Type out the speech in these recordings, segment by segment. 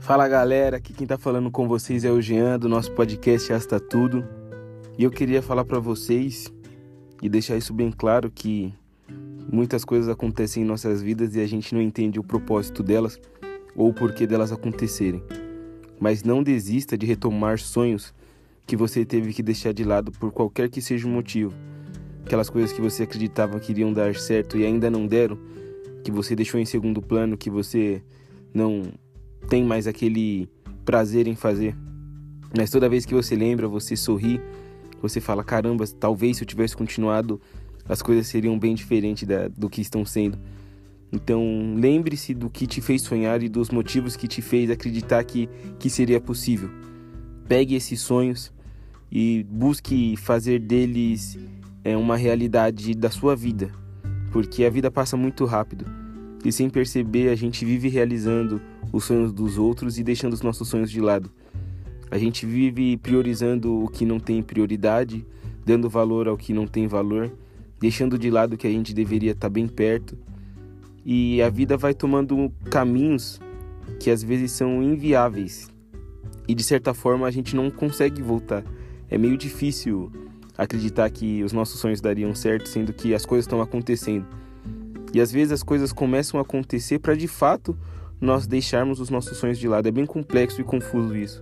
Fala galera, aqui quem tá falando com vocês é o Jean do nosso podcast Asta Tudo. E eu queria falar pra vocês e deixar isso bem claro que muitas coisas acontecem em nossas vidas e a gente não entende o propósito delas ou o porquê delas acontecerem. Mas não desista de retomar sonhos que você teve que deixar de lado por qualquer que seja o motivo. Aquelas coisas que você acreditava que iriam dar certo e ainda não deram, que você deixou em segundo plano, que você não tem mais aquele prazer em fazer. Mas toda vez que você lembra, você sorri, você fala, caramba, talvez se eu tivesse continuado, as coisas seriam bem diferentes do que estão sendo. Então, lembre-se do que te fez sonhar e dos motivos que te fez acreditar que seria possível. Pegue esses sonhos e busque fazer deles uma realidade da sua vida, porque a vida passa muito rápido e sem perceber a gente vive realizando os sonhos dos outros e deixando os nossos sonhos de lado. A gente vive priorizando o que não tem prioridade, dando valor ao que não tem valor, deixando de lado o que a gente deveria estar bem perto. E a vida vai tomando caminhos que às vezes são inviáveis. E de certa forma a gente não consegue voltar. É meio difícil acreditar que os nossos sonhos dariam certo, sendo que as coisas estão acontecendo. E às vezes as coisas começam a acontecer para de fato nós deixarmos os nossos sonhos de lado. É bem complexo e confuso isso.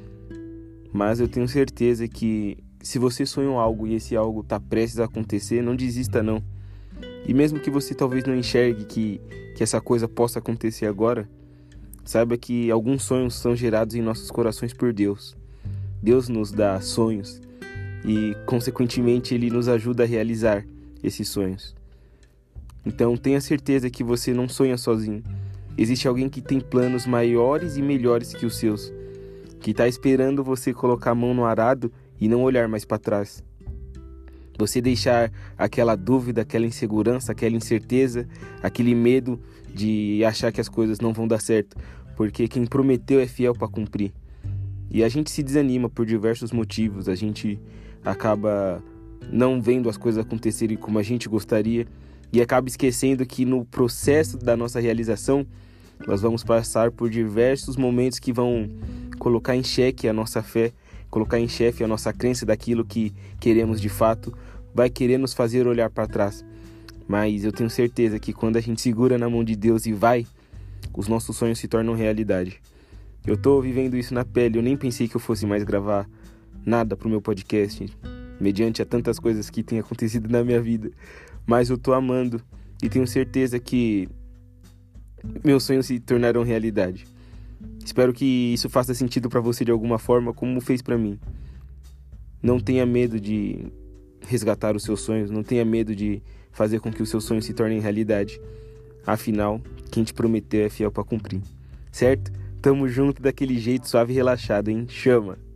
Mas eu tenho certeza que se você sonhou algo e esse algo está prestes a acontecer, não desista não. E mesmo que você talvez não enxergue que essa coisa possa acontecer agora, saiba que alguns sonhos são gerados em nossos corações por Deus. Deus nos dá sonhos e, consequentemente, Ele nos ajuda a realizar esses sonhos. Então, tenha certeza que você não sonha sozinho. Existe alguém que tem planos maiores e melhores que os seus, que está esperando você colocar a mão no arado e não olhar mais para trás. Você deixar aquela dúvida, aquela insegurança, aquela incerteza, aquele medo de achar que as coisas não vão dar certo, porque quem prometeu é fiel para cumprir. E a gente se desanima por diversos motivos, a gente acaba não vendo as coisas acontecerem como a gente gostaria e acaba esquecendo que no processo da nossa realização nós vamos passar por diversos momentos que vão colocar em xeque a nossa fé, colocar em xeque a nossa crença daquilo que queremos de fato, vai querer nos fazer olhar para trás. Mas eu tenho certeza que quando a gente segura na mão de Deus e vai, os nossos sonhos se tornam realidade. Eu tô vivendo isso na pele, eu nem pensei que eu fosse mais gravar nada pro meu podcast, mediante a tantas coisas que têm acontecido na minha vida. Mas eu tô amando e tenho certeza que meus sonhos se tornarão realidade. Espero que isso faça sentido para você de alguma forma, como fez para mim. Não tenha medo de resgatar os seus sonhos, não tenha medo de fazer com que os seus sonhos se tornem realidade. Afinal, quem te prometeu é fiel para cumprir. Certo? Tamo junto daquele jeito suave e relaxado, hein? Chama!